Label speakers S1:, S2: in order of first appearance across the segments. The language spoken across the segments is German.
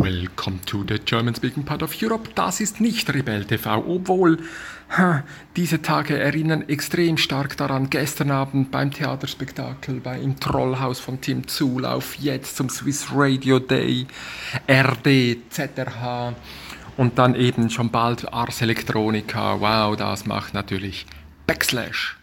S1: Welcome to the German-speaking part of Europe. Das ist nicht Rebell TV, obwohl diese Tage erinnern extrem stark daran. Gestern Abend beim Theaterspektakel im Trollhaus von Tim Zulauf, jetzt zum Swiss Radio Day, RD, ZRH und dann eben schon bald Ars Electronica. Wow, das macht natürlich Backslash.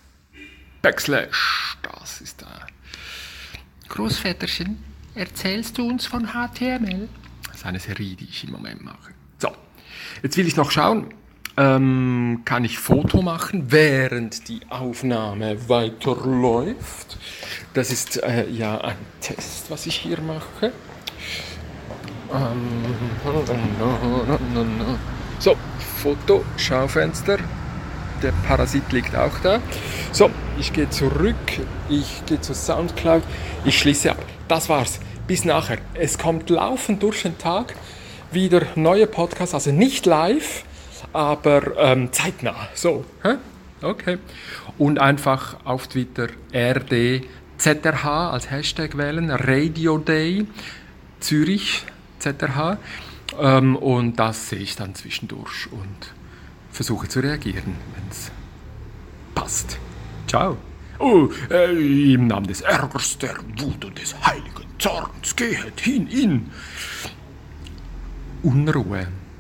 S1: Das ist da. Großväterchen, erzählst du uns von HTML? Das ist eine Serie, die ich im Moment mache. So, jetzt will ich noch schauen, kann ich Foto machen, während die Aufnahme weiterläuft. Das ist ja ein Test, was ich hier mache. So, Foto, Schaufenster. Der Parasit liegt auch da. So, ich gehe zurück, ich gehe zu Soundcloud, ich schließe ab. Das war's. Bis nachher. Es kommt laufend durch den Tag wieder neue Podcasts, also nicht live, aber zeitnah. So, okay. Und einfach auf Twitter RDZRH als Hashtag wählen, Radio Day Zürich ZRH. Und das sehe ich dann zwischendurch und versuche zu reagieren, wenn es passt. Ciao. Im Namen des Ärgers, der Wut und des heiligen Zorns gehet hin in Unruhe.